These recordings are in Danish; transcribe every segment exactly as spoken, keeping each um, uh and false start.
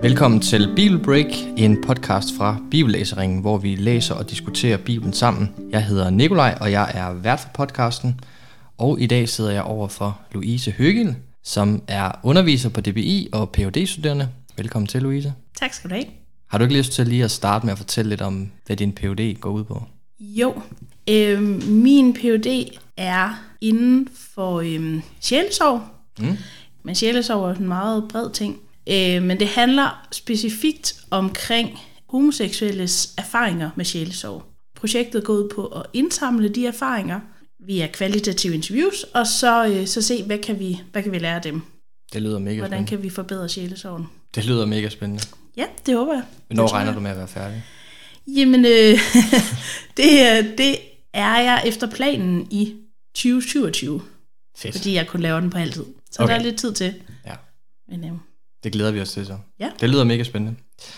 Velkommen til Bibelbreak, en podcast fra Bibellæseringen, hvor vi læser og diskuterer Bibelen sammen. Jeg hedder Nikolaj, og jeg er vært for podcasten. Og i dag sidder jeg over for Louise Høgild, som er underviser på D B I og P H D-studerende. Velkommen til, Louise. Tak skal du have. Har du ikke lyst til lige at starte med at fortælle lidt om, hvad din P H D går ud på? Jo, øh, min P H D er inden for øh, sjælesorg. Mm. Men sjælesorg er en meget bred ting. Øh, men det handler specifikt omkring homoseksuelles erfaringer med sjælesorg. Projektet går ud på at indsamle de erfaringer via kvalitative interviews, og så, øh, så se, hvad kan, vi, hvad kan vi lære af dem. Det lyder mega Hvordan spændende. kan vi forbedre sjælesorgen? Det lyder mega spændende. Ja, det håber jeg. Hvornår det regner du med at være færdig? Jamen, øh, det, det er jeg efter planen i tyve syvogtyve. Fedt. Fordi jeg kun laver den på halvtid. Så okay. Der er lidt tid til. Ja. Men, øh, Det glæder vi os til så. Ja. Det lyder mega spændende.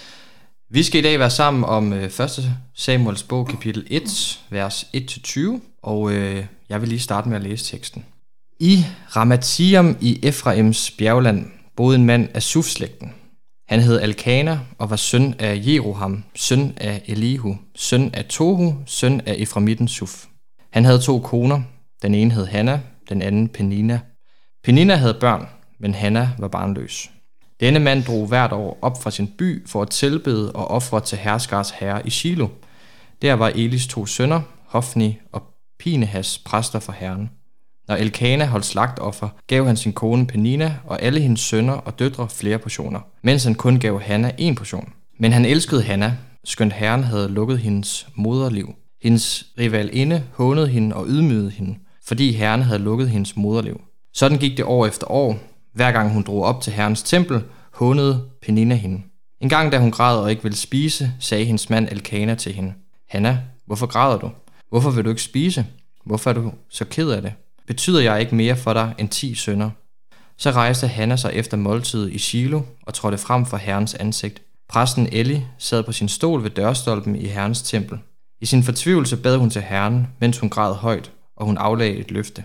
Vi skal i dag være sammen om øh, første Samuels bog, kapitel et, vers et til tyve, og øh, jeg vil lige starte med at læse teksten. I Ramatiam i Efraims bjergland boede en mand af Suf-slægten. Han hed Elkana og var søn af Jeroham, søn af Elihu, søn af Tohu, søn af Eframitten Suf. Han havde to koner. Den ene hed Hanna, den anden Penina. Penina havde børn, men Hanna var barnløs. Denne mand drog hvert år op fra sin by for at tilbede og ofre til herskars herre i Shilo. Der var Elis to sønner, Hofni og Pinehas, præster for herren. Når Elkana holdt slagtoffer, gav han sin kone Penina og alle hendes sønner og døtre flere portioner, mens han kun gav Hanna en portion. Men han elskede Hanna, skønt herren havde lukket hendes moderliv. Hendes rivalinde hånede hende og ydmygede hende, fordi herren havde lukket hendes moderliv. Sådan gik det år efter år. Hver gang hun drog op til herrens tempel, hånede Penina hende. En gang da hun græd og ikke ville spise, sagde hendes mand Elkana til hende: Hanna, hvorfor græder du? Hvorfor vil du ikke spise? Hvorfor er du så ked af det? Betyder jeg ikke mere for dig end ti sønner? Så rejste Hanna sig efter måltidet i Shilo og trådte frem for herrens ansigt. Præsten Eli sad på sin stol ved dørstolpen i herrens tempel. I sin fortvivlelse bad hun til herren, mens hun græd højt, og hun aflagde et løfte.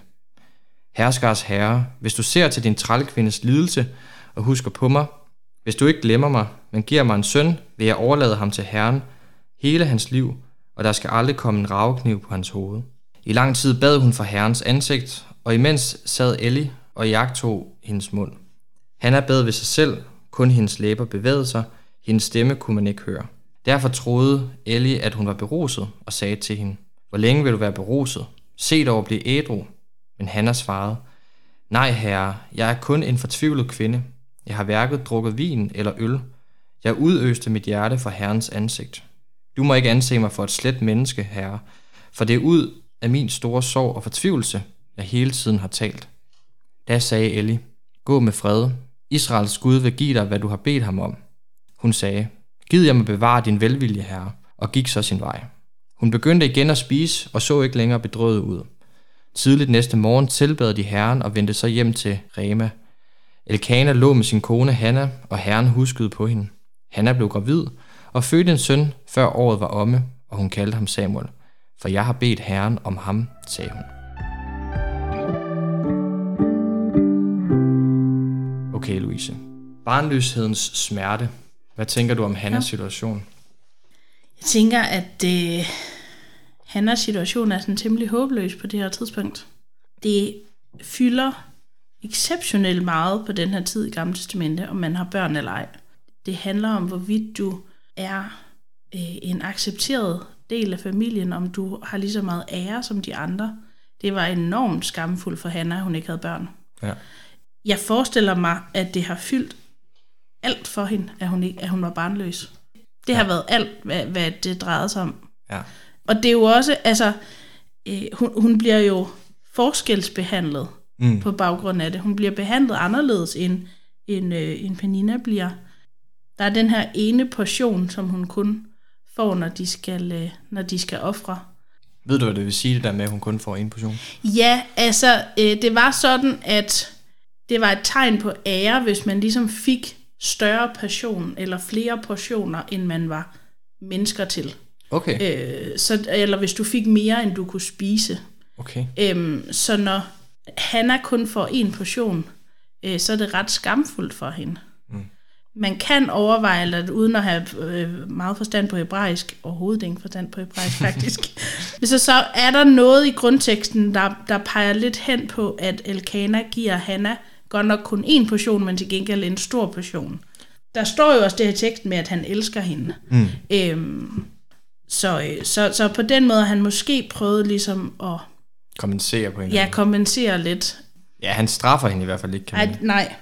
Herskars herre, hvis du ser til din trælkvindes lidelse og husker på mig, hvis du ikke glemmer mig, men giver mig en søn, vil jeg overlade ham til herren hele hans liv, og der skal aldrig komme en ravekniv på hans hoved. I lang tid bad hun for herrens ansigt, og imens sad Eli og jagtog hendes mund. Hanna bad ved sig selv, kun hendes læber bevægede sig, hendes stemme kunne man ikke høre. Derfor troede Eli, at hun var beruset, og sagde til hende: Hvor længe vil du være beruset? Se dog at blive ædru. Men Hanna svarede: Nej, herre, jeg er kun en fortvivlet kvinde. Jeg har hverken drukket vin eller øl. Jeg udøste mit hjerte for Herrens ansigt. Du må ikke anse mig for et slet menneske, herre, for det er ud af min store sorg og fortvivlelse, jeg hele tiden har talt. Da sagde Eli: Gå med fred. Israels Gud vil give dig, hvad du har bedt ham om. Hun sagde: Gid jeg må bevare din velvilje, herre, og gik så sin vej. Hun begyndte igen at spise og så ikke længere bedrøvet ud. Tidligt næste morgen tilbad de herren og vendte så hjem til Rema. Elkana lå med sin kone Hanna, og herren huskede på hende. Hanna blev gravid og fødte en søn, før året var omme, og hun kaldte ham Samuel. For jeg har bedt herren om ham, sagde hun. Okay, Louise. Barnløshedens smerte. Hvad tænker du om Hannas situation? Jeg tænker, at øh, Hannas situation er sådan temmelig håbløs på det her tidspunkt. Det fylder exceptionelt meget på den her tid i Gamle Testamente, om man har børn eller ej. Det handler om, hvorvidt du er øh, en accepteret del af familien, om du har lige så meget ære som de andre. Det var enormt skamfuldt for Hanna, at hun ikke havde børn. Ja. Jeg forestiller mig, at det har fyldt alt for hende, at hun, ikke, at hun var barnløs. Det ja. har været alt, hvad, hvad det drejede sig om. Ja. Og det er jo også, altså, øh, hun, hun bliver jo forskelsbehandlet mm. på baggrund af det. Hun bliver behandlet anderledes, end, end, øh, end Penina bliver. Der er den her ene portion, som hun kun får, når de skal, øh, når de skal ofre. Ved du, hvad det vil sige, det der med, at hun kun får en portion? Ja, altså, øh, det var sådan, at det var et tegn på ære, hvis man ligesom fik større portion, eller flere portioner, end man var mennesker til. Okay. Øh, så, eller hvis du fik mere, end du kunne spise. Okay. Øhm, så når Hanna kun får en portion, øh, så er det ret skamfuldt for hende. Mm. man kan overveje, eller uden at have øh, meget forstand på hebraisk, overhovedet ingen forstand på hebraisk faktisk, så, så er der noget i grundteksten, der, der peger lidt hen på, at Elkana giver Hanna godt nok kun én portion, men til gengæld en stor portion. Der står jo også det her tekst med, at han elsker hende. Mm. Øhm, så, så, så på den måde har han måske prøvet ligesom at kompensere på en ja, kompensere lidt. Ja, han straffer hende i hvert fald ikke. Kan Ej, nej.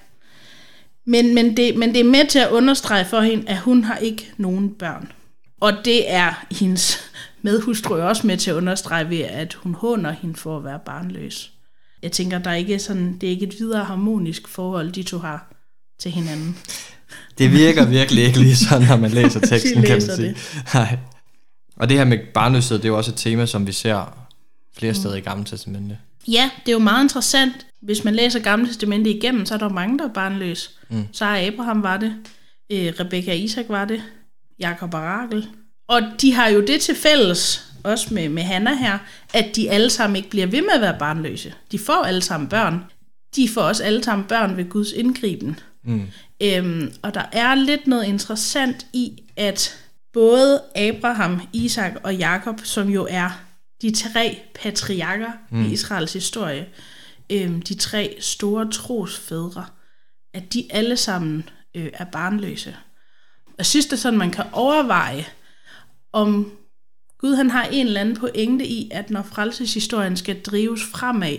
Men, men, det, men det er med til at understrege for hende, at hun har ikke nogen børn. Og det er hendes medhustru også med til at understrege ved, at hun håner hende for at være barnløs. Jeg tænker, der er ikke sådan, det er ikke et videre harmonisk forhold, de to har til hinanden. Det virker virkelig ikke lige sådan, når man læser teksten, kan man sige. Nej. Og det her med barnløshed, det er jo også et tema, som vi ser flere steder mm. i Gamle Testamente. Ja, det er jo meget interessant. Hvis man læser Gamle Testamente igennem, så er der mange, der er barnløs. Mm. Så er Abraham var det, øh, Rebekka og Isak var det, Jakob og Rachel. Og de har jo det til fælles, også med, med Hanna her, at de alle sammen ikke bliver ved med at være barnløse. De får alle sammen børn. De får også alle sammen børn ved Guds indgriben. Mm. Øhm, og der er lidt noget interessant i, at både Abraham, Isak og Jakob, som jo er de tre patriarker mm. i Israels historie, øhm, de tre store trosfædre, at de alle sammen øh, er barnløse. Jeg synes, det er sådan, man kan overveje, om Gud han har en eller anden pointe i, at når frelseshistorien skal drives fremad,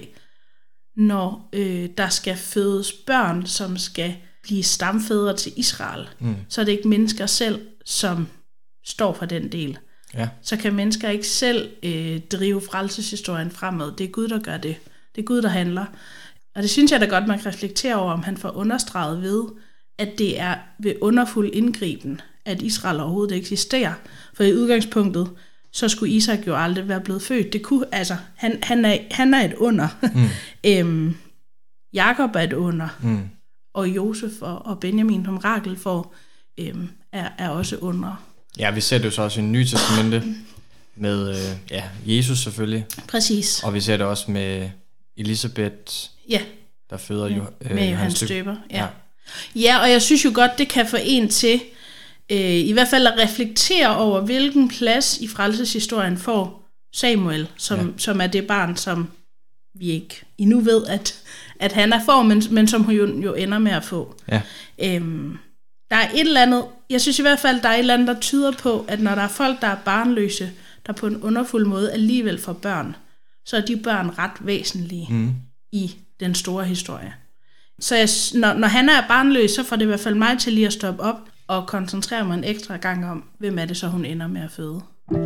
når øh, der skal fødes børn, som skal blive stamfædre til Israel, mm. så er det ikke mennesker selv, som står for den del. Ja. Så kan mennesker ikke selv øh, drive frelseshistorien fremad. Det er Gud, der gør det. Det er Gud, der handler. Og det synes jeg da godt, man kan reflektere over, om han får understreget ved, at det er ved underfuld indgriben, at Israel overhovedet eksisterer. For i udgangspunktet, så skulle Isak jo aldrig være blevet født. Det kunne, altså, han, han, er, han er et under. Mm. øhm, Jakob er et under. Mm. Og Josef og, og Benjamin, som Rachel får, øhm, er, er også under. Ja, vi ser det jo så også i Nye Testamente med øh, ja, Jesus selvfølgelig. Præcis. Og vi ser det også med Elisabeth, ja. der føder jo øh, med Johannes Døber. Ja. Ja. ja, og jeg synes jo godt, det kan få en til øh, i hvert fald at reflektere over, hvilken plads i frelseshistorien får Samuel, som, ja. som er det barn, som vi ikke endnu ved, at, at han er får, men, men som hun jo, jo ender med at få. Ja. Øhm, der er et eller andet, jeg synes i hvert fald, der er et eller andet, der tyder på, at når der er folk, der er barnløse, der på en underfuld måde alligevel får børn, så er de børn ret væsentlige mm. i den store historie. Så jeg, når, når han er barnløs, så får det i hvert fald mig til lige at stoppe op og koncentrere mig en ekstra gang om, hvem er det så, hun ender med at føde.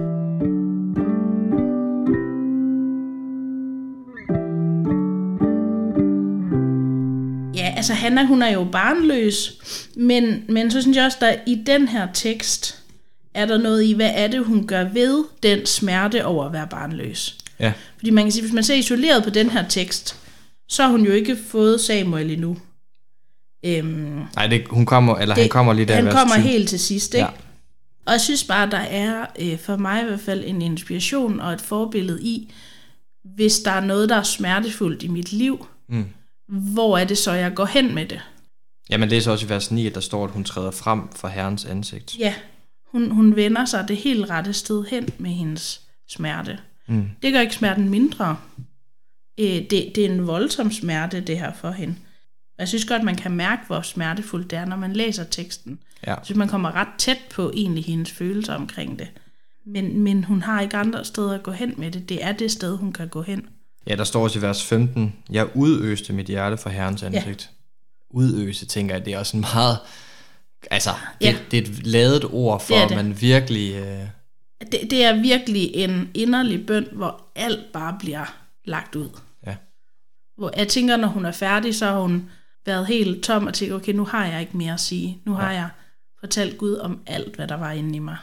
Ja, altså Hanna, hun er jo barnløs, men, men så synes jeg også, der i den her tekst er der noget i, hvad er det, hun gør ved den smerte over at være barnløs. Ja. Fordi man kan sige, hvis man ser isoleret på den her tekst, så har hun jo ikke fået Samuel endnu. Øhm, Nej, det, hun kommer, eller det, han kommer lige der. Han kommer helt til sidst, ikke? Ja. Og jeg synes bare, der er øh, for mig i hvert fald en inspiration og et forbillede i, hvis der er noget, der er smertefuldt i mit liv, mm. hvor er det så, jeg går hen med det? Jamen det er så også i vers ni, at der står, at hun træder frem for Herrens ansigt. Ja, hun, hun vender sig det helt rette sted hen med hendes smerte. Mm. Det gør ikke smerten mindre. Øh, det, det er en voldsom smerte, det her for hende. Jeg synes godt, man kan mærke, hvor smertefuldt det er, når man læser teksten. Ja. Jeg synes, man kommer ret tæt på egentlig hendes følelser omkring det. Men, men hun har ikke andre steder at gå hen med det. Det er det sted, hun kan gå hen. Ja, der står også i vers femten, jeg udøste mit hjerte for Herrens ansigt. Ja. Udøse, tænker jeg, det er også en meget... Altså, det, ja. det er et ladet ord for, at man virkelig... Øh... Det, det er virkelig en inderlig bøn, hvor alt bare bliver lagt ud. Ja. Hvor jeg tænker, når hun er færdig, så har hun været helt tom og tænker, okay, nu har jeg ikke mere at sige. Nu har ja. jeg fortalt Gud om alt, hvad der var inde i mig.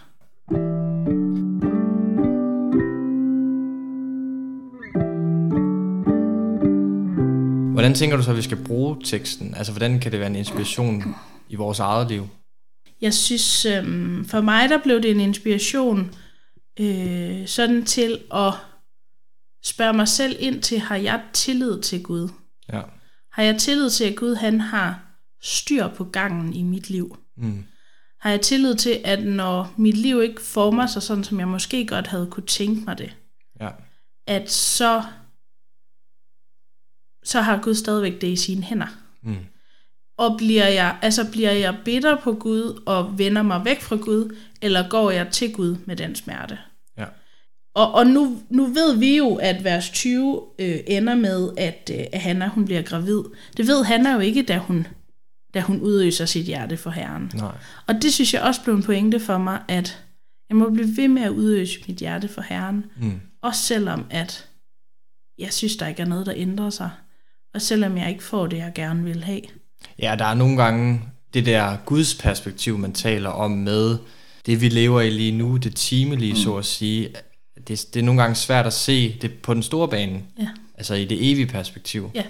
Hvordan tænker du så, at vi skal bruge teksten? Altså, hvordan kan det være en inspiration i vores eget liv? Jeg synes, øhm, for mig der blev det en inspiration øh, sådan til at spørge mig selv ind til, har jeg tillid til Gud? Ja. Har jeg tillid til, at Gud han har styr på gangen i mit liv? Mm. Har jeg tillid til, at når mit liv ikke former sig sådan, som jeg måske godt havde kunne tænke mig det, ja. at så, så har Gud stadigvæk det i sine hænder. Mm. Og bliver jeg, altså bliver jeg bitter på Gud og vender mig væk fra Gud, eller går jeg til Gud med den smerte? Ja. Og, og nu, nu ved vi jo, at vers tyve øh, ender med, at, øh, at Hanna hun bliver gravid. Det ved Hanna jo ikke, da hun, da hun udøser sit hjerte for Herren. Nej. Og det synes jeg også blev en pointe for mig, at jeg må blive ved med at udøse mit hjerte for Herren. Mm. Også selvom, at jeg synes, der ikke er noget, der ændrer sig. Og selvom jeg ikke får det, jeg gerne vil have. Ja, der er nogle gange det der Guds perspektiv, man taler om med det, vi lever i lige nu, det timelige, mm. så at sige. Det, det er nogle gange svært at se det på den store bane. Ja. Altså i det evige perspektiv. Ja.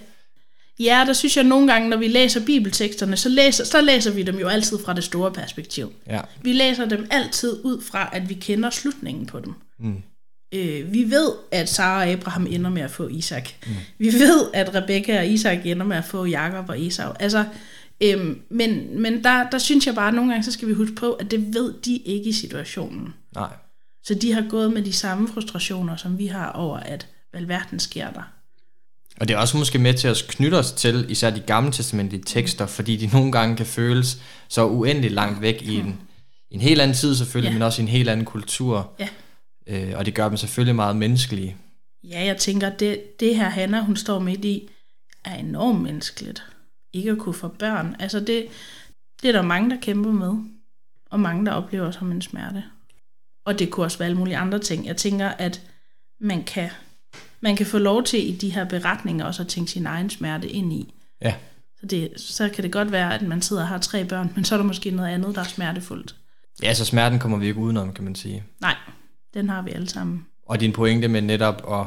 Ja, der synes jeg nogle gange, når vi læser bibelteksterne, så læser, så læser vi dem jo altid fra det store perspektiv. Ja. Vi læser dem altid ud fra, at vi kender slutningen på dem. Mm. Øh, vi ved, at Sara og Abraham ender med at få Isak. Mm. Vi ved, at Rebekka og Isak ender med at få Jakob og Esau. Altså, øhm, men men der, der synes jeg bare, at nogle gange, så skal vi huske på, at det ved de ikke i situationen. Nej. Så de har gået med de samme frustrationer, som vi har over, at hvad verden sker der. Og det er også måske med til at knytte os til især de gamle testamentlige tekster, fordi de nogle gange kan føles så uendeligt langt væk i en, en helt anden tid selvfølgelig, ja. Men også i en helt anden kultur. Ja. Øh, og det gør dem selvfølgelig meget menneskelige. Ja, jeg tænker, at det, det her Hanna, hun står midt i, er enormt menneskeligt. Ikke at kunne få børn. Altså det, det er der mange, der kæmper med. Og mange, der oplever som en smerte. Og det kunne også være alle mulige andre ting. Jeg tænker, at man kan, man kan få lov til i de her beretninger også at tænke sin egen smerte ind i. Ja. Så, det, så kan det godt være, at man sidder og har tre børn, men så er der måske noget andet, der er smertefuldt. Ja, så smerten kommer vi ikke udenom, kan man sige. Nej, den har vi alle sammen. Og din pointe med netop at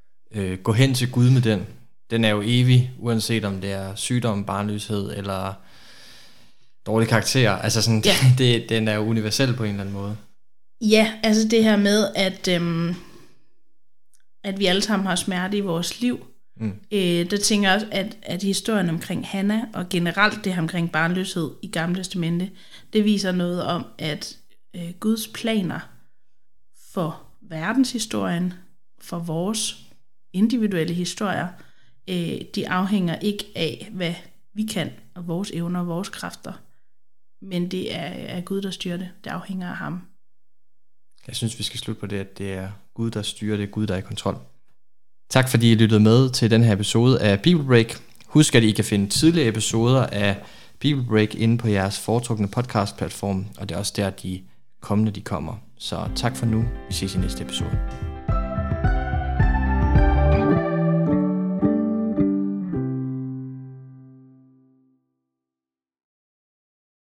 øh, gå hen til Gud med den, den er jo evig, uanset om det er sygdom, barnløshed eller dårlig karakter. Altså sådan, ja. det, den er jo universel på en eller anden måde. Ja, altså det her med, at, øhm, at vi alle sammen har smerte i vores liv. Mm. Øh, der tænker jeg også, at, at historien omkring Hanna, og generelt det her omkring barnløshed i Gamle Testamente, det viser noget om, at øh, Guds planer for verdenshistorien, for vores individuelle historier, øh, de afhænger ikke af, hvad vi kan, og vores evner og vores kræfter. Men det er, er Gud, der styrer det. Det afhænger af ham. Jeg synes, vi skal slutte på det, at det er Gud, der styrer det, Gud, der er i kontrol. Tak fordi I lyttede med til den her episode af Bibelbreak. Husk, at I kan finde tidligere episoder af Bibelbreak inde på jeres foretrukne podcast-platform, og det er også der, de kommende de kommer. Så tak for nu. Vi ses i næste episode.